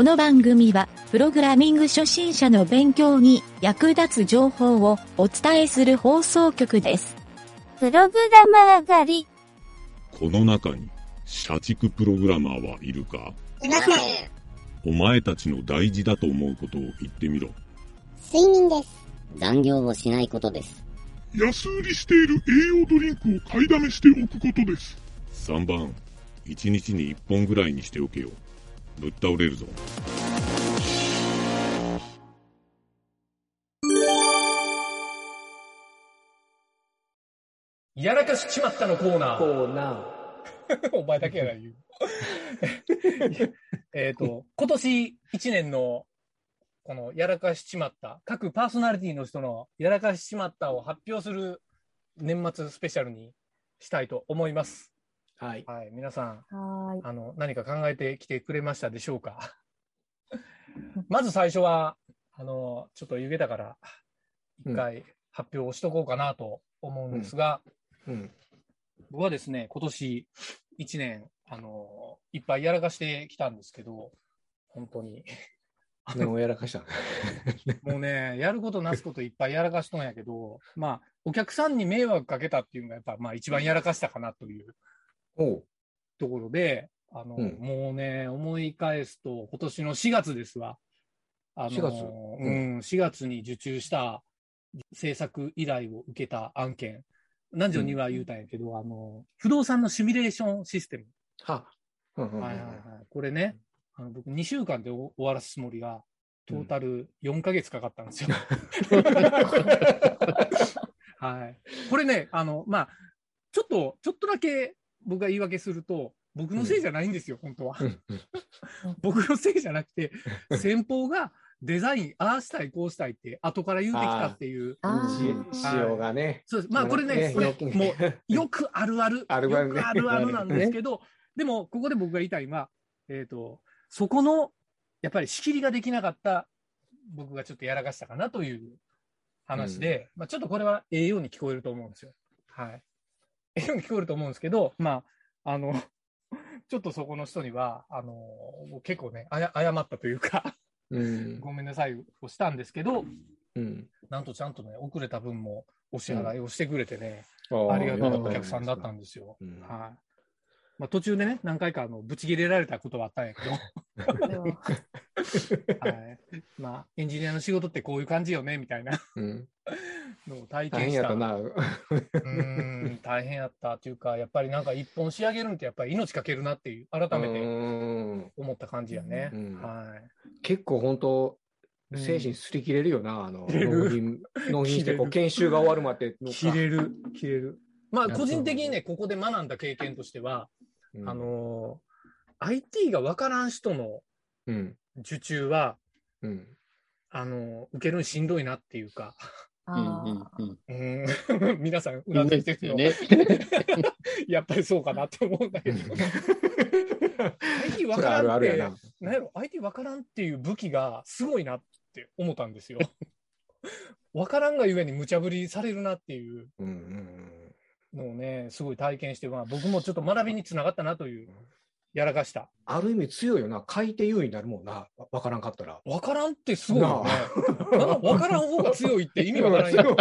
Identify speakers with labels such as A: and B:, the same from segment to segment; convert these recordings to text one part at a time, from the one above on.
A: の番組は、プログラミング初心者の勉強に役立つ情報をお伝えする放送局です。
B: プログラマー上がり。
C: この中に、社畜プログラマーはいるか？
D: いません。
C: お前たちの大事だと思うことを言ってみろ。
D: 睡眠です。
E: 残業をしないことです。
F: 安売りしている栄養ドリンクを買いだめしておくことです。
C: 3番、1日に1本ぐらいにしておけよ。ぶっ倒れるぞ。
G: やらかしちまったのコーナー。お前だけやない言う。今年1年のこのやらかしちまった、各パーソナリティの人のやらかしちまったを発表する年末スペシャルにしたいと思います。はい。はい、皆さん、何か考えてきてくれましたでしょうか。まず最初は、ちょっと湯気だから、一回発表しとこうかなと思うんですが、僕はですね、今年1年、いっぱいやらかしてきたんですけど、本当に。
H: 何をやらかした
G: もうね、やることなすこといっぱいやらかしとんやけど、まあ、お客さんに迷惑かけたっていうのがやっぱ、まあ一番やらかしたかなというところで、もうね、思い返すと、今年の4月ですわ。
H: 4月
G: 4月に受注した制作依頼を受けた案件。南條には言うたんやけど、不動産のシミュレーションシステム。これね、僕2週間で終わらすつもりが、トータル4ヶ月かかったんですよ。はい。これね、まあ、ちょっとだけ僕が言い訳すると、僕のせいじゃないんですよ、本当は。僕のせいじゃなくて、先方がデザイン、ああしたい、こうしたいって、後から言うてきたっていう。
H: 仕様がね。
G: そうです。まあ、これね、もう、よくあるある。よくあるあるなんですけど、でも、ここで僕が言いたいのは、そこの、やっぱり仕切りができなかった僕がちょっとやらかしたかなという話で、まあちょっとこれは栄養に聞こえると思うんですよ。はい。栄養に聞こえると思うんですけど、まあ、ちょっとそこの人には、結構ね、謝ったというか、ごめんなさいをしたんですけど、なんとちゃんとね、遅れた分もお支払いをしてくれてね、ありがたいお客さんだったんですよ。はい。まあ、途中でね、何回かぶち切れられたことはあったんやけど、はい、まあ、エンジニアの仕事ってこういう感じよね、みたいなのを体験した。大変やったというか、やっぱりなんか一本仕上げるのってやっぱり命かけるなっていう、改めて思った感じやね。はい、
H: 結構本当、精神すり切れるよな、納品してこう研修が終わるまで。
G: 切れる。まあ、個人的にね、ここで学んだ経験としては、IT が分からん人の受注は、受けるのしんどいなっていうか、皆さん、うなずいてるの、やっぱりそうかなって思うんだけど、IT 分からんって、なんやろ、IT 分からんっていう武器がすごいなって思ったんですよ。分からんがゆえに無茶ぶりされるなっていうのをね、すごい体験して、まあ、僕もちょっと学びにつながったなという。やらかした。
H: ある意味強いよな。買い手優位になるもんな。わからんかったら。
G: わからんってすごいよね。わからん方が強いって意味わからんよ。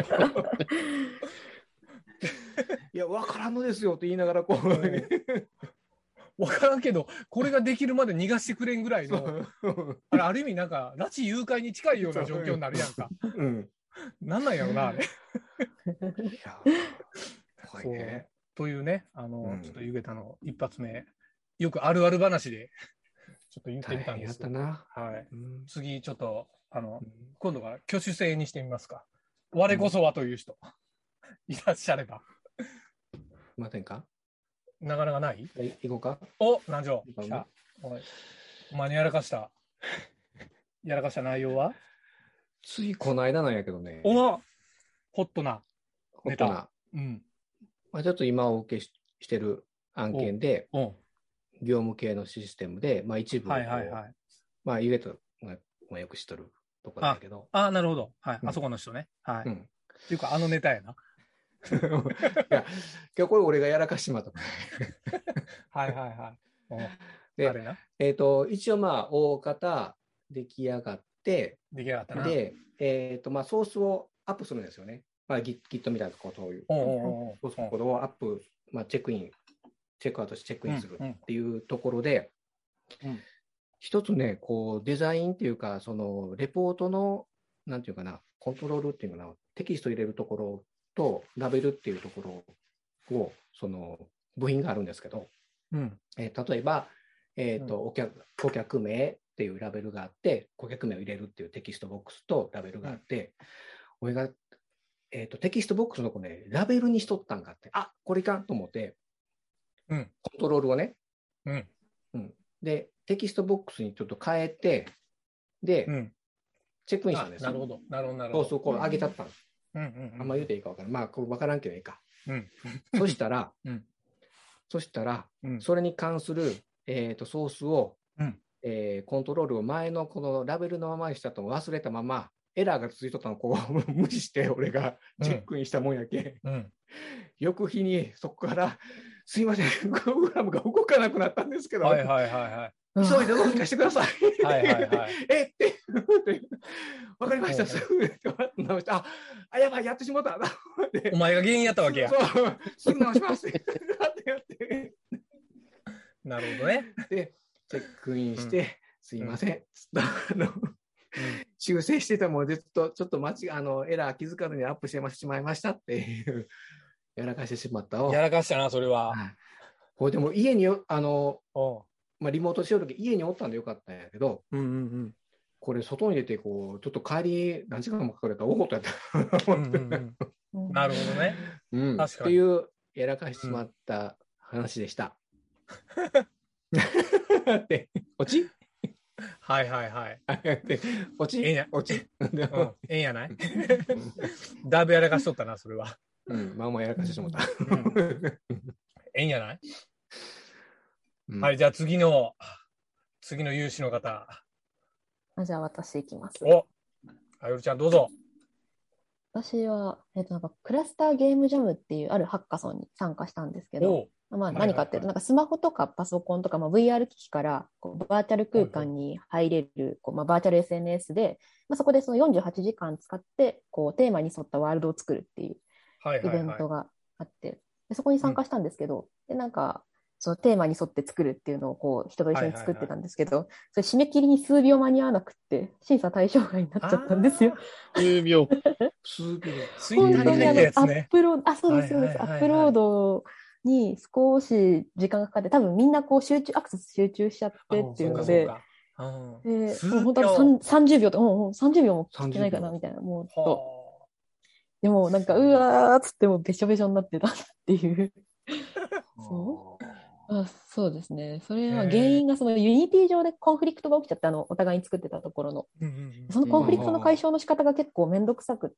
H: いや、わからんのですよって言いながらこ
G: う。わからんけど、これができるまで逃がしてくれんぐらいの、ある意味なんか、拉致誘拐に近いような状況になるやんか。なんなんやろな、あれ。いや、怖いね。というね、ちょっと湯気たの一発目。よくあるある話で、ちょっと言ってみたんですよ。はい。次、ちょっと、今度は挙手制にしてみますか。我こそはという人、いらっしゃれば。
H: ませんか？
G: なかなかない？
H: 行こうか。
G: お、南條。お前にやらかした。やらかした内容は？
H: ついこの間なんやけどね。
G: ホットなネタ。
H: まあちょっと今お受けしてる案件で、業務系のシステムで、まあ一部、まあゆげとがよく知っとるとこだけど。
G: なるほど。はい。あそこの人ね。はい。っていうか、ネタやな。
H: いや、今日これ俺がやらかしまった。
G: はい。 あれな。
H: 一応大方出来上がって、
G: 出来上がったな。
H: で、ソースをアップするんですよね。Git みたいなことをいう。ソースコードをアップ、チェックアウトしてチェックインするっていうところで、一つね、こう、デザインっていうか、その、レポートの、なんていうかな、コントロールっていうのかな、テキスト入れるところと、ラベルっていうところを、その、部品があるんですけど、例えば、顧客名っていうラベルがあって、顧客名を入れるっていうテキストボックスとラベルがあって、俺が、テキストボックスの子ね、ラベルにしとったんかって、これいかんと思って、コントロールをね、で、テキストボックスにちょっと変えて、で、チェックインしたんですよ。
G: なるほど。
H: そう、こう上げちゃったんです。あんま言うていいか分からん。これ分からんけどいいか。そしたら、それに関する、ソースを、コントロールを前のこのラベルのままにしたと忘れたまま、エラーが続いとったのをこう無視して俺がチェックインしたもんやけ、翌日にそこからすいませんプログラムが動かなくなったんですけど、急いでどうにかしてくださいってわかりました、すぐ直して、やばい、やってしまった
G: お前が原因やったわけや。
H: すぐ直しますってやって
G: なるほどね。
H: でチェックインして、すいません、修正してたもんでちょっとエラー気づかずにアップしてしまいましたっていうやらかしてしまった
G: やらかしたな、それは。
H: これでも家にリモートしよるとき家におったんでよかったんやけど、これ外に出てこうちょっと帰り何時間もかかると大ことやった
G: なるほどね。
H: 確かにっていうやらかしてしまった話でした。でオチ
G: はい。
H: オチ
G: ええんやないだいぶやらかしとったな、それは。
H: まあやらかしてしまった。
G: ええんやないはい、じゃあ次の有志の方。
I: じゃあ私いきます。
G: あよるちゃんどうぞ。
I: 私は、なんかクラスターゲームジャムっていうあるハッカソンに参加したんですけど、何かっていうと、なんかスマホとかパソコンとか、VR 機器からバーチャル空間に入れる、バーチャル SNS で、そこでその48時間使ってテーマに沿ったワールドを作るっていうイベントがあって、でそこに参加したんですけど、でなんかそのテーマに沿って作るっていうのを人と一緒に作ってたんですけど、それ締め切りに数秒間に合わなくって審査対象外になっちゃったんですよ。
H: 数秒
I: 本当にアップロード、そうです、アップロードに少し時間がかかって、多分みんなアクセス集中しちゃってっていうので、もう本当に30秒と、30秒も聞けないかなみたいな、もうでもなんかうわーっつってもべしょべしょになってたっていうそうですね。それは原因がそのユニティ上でコンフリクトが起きちゃって、お互いに作ってたところの、そのコンフリクトの解消の仕方が結構めんどくさくって、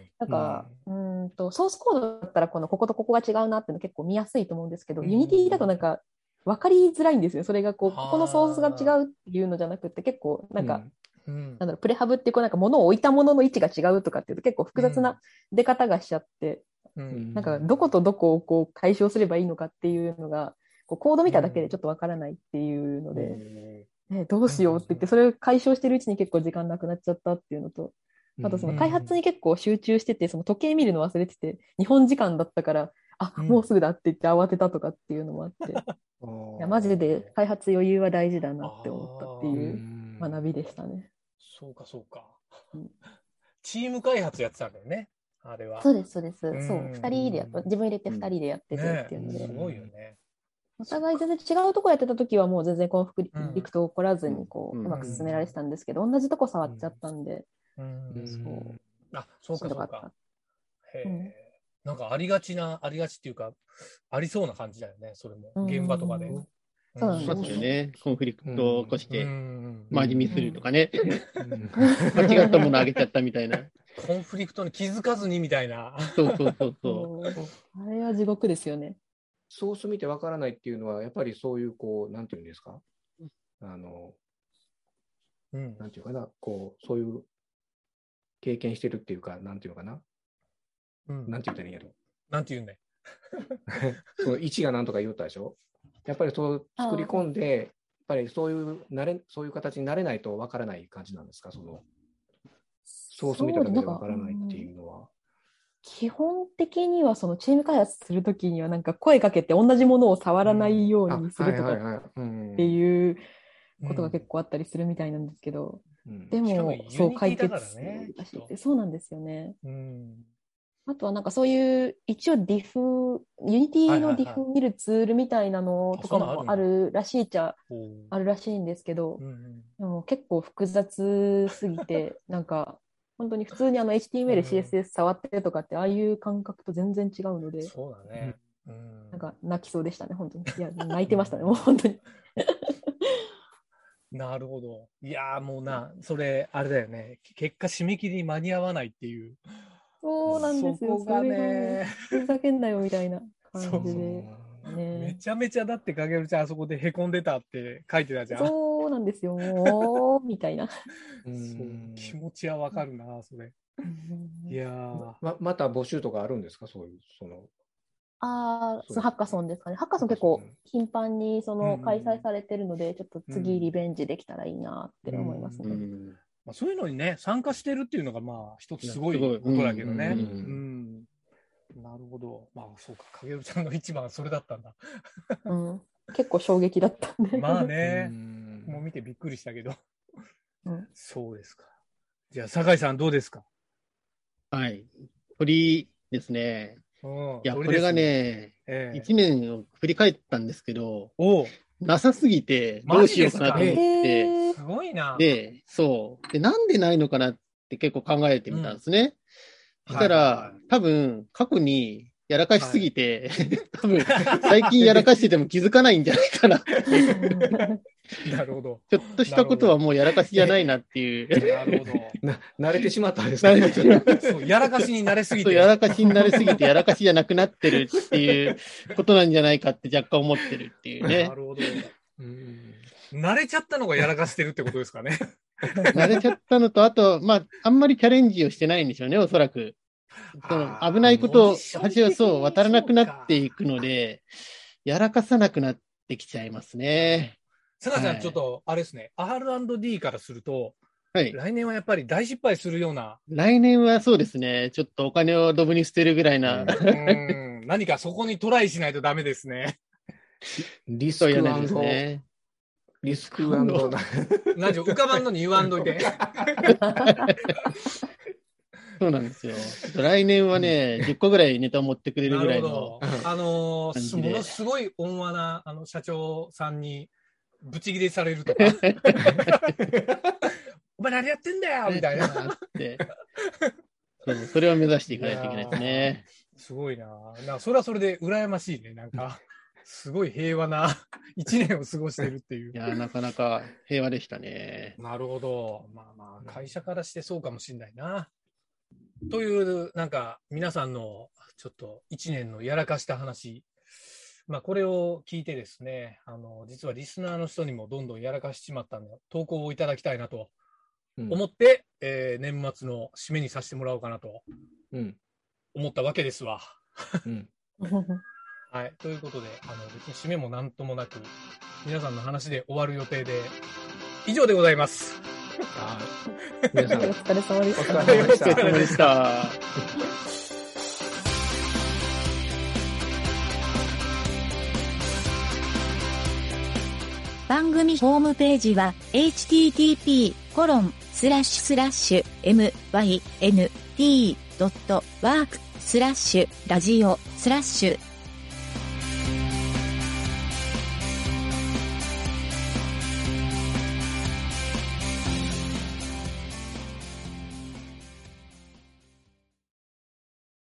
I: なんかソースコードだったらこことここが違うなっていうの結構見やすいと思うんですけど、ユニティだとなんか分かりづらいんですよ。それがここのソースが違うっていうのじゃなくて、結構なんか、プレハブってなんか物を置いたものの位置が違うとかっていうと結構複雑な出方がしちゃって、なんかどことどこを解消すればいいのかっていうのがコード見ただけでちょっとわからないっていうので、どうしようって言って、それを解消してるうちに結構時間なくなっちゃったっていうのと、あとその開発に結構集中してて、その時計見るの忘れてて、日本時間だったから、もうすぐだって言って慌てたとかっていうのもあって、いやマジで開発余裕は大事だなって思ったっていう学びでしたね。
G: そうか。チーム開発やってたんだよね、あれは。
I: そうです。そう、2人で自分入れて2人でやっててっていうので。
G: すごいよね。
I: お互い全然違うとこやってた時はもう全然コンフリクト起こらずにうまく進められてたんですけど、同じとこ触っちゃったんで、
G: そうか。なんかありがちっていうか、ありそうな感じだよね、それも現場とかで。
I: そうなんです
J: よね。コンフリクトを起こしてマジミスるとかね、間違ったものあげちゃったみたいな。
G: コンフリクトに気づかずにみたいな。
J: そう。
I: あれは地獄ですよね。
H: ソース見てわからないっていうのは、やっぱりそういうなんていうんですか、なんていうかな、そういう経験してるっていうか、なんていうのかな、なんて言ったらいいんやろ。
G: なんて言うんだよ。
H: その位置がなんとか言ったでしょ。やっぱりそう作り込んでぱりそういう形になれないとわからない感じなんですか、ソース見ただけでわからないっていうのは。
I: 基本的にはそのチーム開発するときにはなんか声かけて同じものを触らないようにするとかっていうことが結構あったりするみたいなんですけど、でもそう解決らしいってそうなんですよね。あとはなんかそういう一応ユニティのディフ見るツールみたいなのとかもあるらしいっちゃあるらしいんですけど、でも結構複雑すぎてなんか本当に普通にHTML、CSS 触ってとかってああいう感覚と全然違うので、
G: そうだね。
I: なんか泣きそうでしたね、本当に。いや、泣いてましたね、もう本当に。
G: なるほど。いやーもうそれ、あれだよね。結果、締め切りに間に合わないっていう。
I: そうなんですよ。
G: そこがね。
I: ふざけんなよみたいな感じで。
G: めちゃめちゃだってかげるちゃんあそこでへこんでたって書いてたじゃん。
I: そうなんですよ。もうみたいな。
G: 気持ちはわかるな、それ。いや
H: ーまた募集とかあるんですか、そういう
I: ハッカソンですかね。ハッカソン結構頻繁に開催されてるので、ちょっと次リベンジできたらいいなって思いますね。
G: そういうのにね、参加してるっていうのが一つすごいことだけどね。なるほど。そうか。かげるちゃんの一番はそれだったんだ。
I: 結構衝撃だったんで。
G: まあね。もう見てびっくりしたけど。そうですか。じゃあ、酒井さんどうですか？
J: はい。鳥ですね。いや、これがね、1年を振り返ったんですけど、なさすぎてどうしようかなと思って。
G: すごいな。
J: で、なんでないのかなって結構考えてみたんですね。そしたら、多分、過去にやらかしすぎて、多分、最近やらかしてても気づかないんじゃないかな。
G: なるほど。
J: ちょっとしたことはもうやらかしじゃないなっていう。
G: なるほど。
H: 慣れてしまったんですかね。
G: やらかしに慣れすぎて。
J: やらかしに慣れすぎて、やらかしじゃなくなってるっていうことなんじゃないかって若干思ってるっていうね。
G: なるほど。慣れちゃったのがやらかしてるってことですかね。
J: 慣れちゃったのと、あと、あんまりチャレンジをしてないんでしょうね、おそらく。危ないことを、橋を渡らなくなっていくので、やらかさなくなってきちゃいますね。
G: 坂井さん、ちょっと、あれですね、R&D からすると、
J: はい、
G: 来年はやっぱり大失敗するような。
J: 来年はそうですね、ちょっとお金をドブに捨てるぐらいな。
G: 何かそこにトライしないとダメですね。
H: リスク&何で
G: 浮かばんのに言わんといて。
J: そうなんですよ。来年はね、10個ぐらいネタを持ってくれるぐらいの。
G: ものすごい温和な社長さんにブチギレされるとか。お前何やってんだよみたいな。
J: それを目指していかないといけないですね。
G: すごいな。それはそれで羨ましいね。なんか、すごい平和な一年を過ごしてるっていう。
J: いや、なかなか平和でしたね。
G: なるほど。会社からしてそうかもしれないな。という、なんか、皆さんのちょっと一年のやらかした話。これを聞いてですね、実はリスナーの人にもどんどんやらかしちまったので、投稿をいただきたいなと思って、年末の締めにさせてもらおうかなと思ったわけですわ。はい。ということで、別に締めもなんともなく、皆さんの話で終わる予定で、以上でございます。
H: 皆さん、
I: お疲れ様でした。
J: お疲れ様でした。
A: 番組ホームページは http://myn.t.work/ラジオ/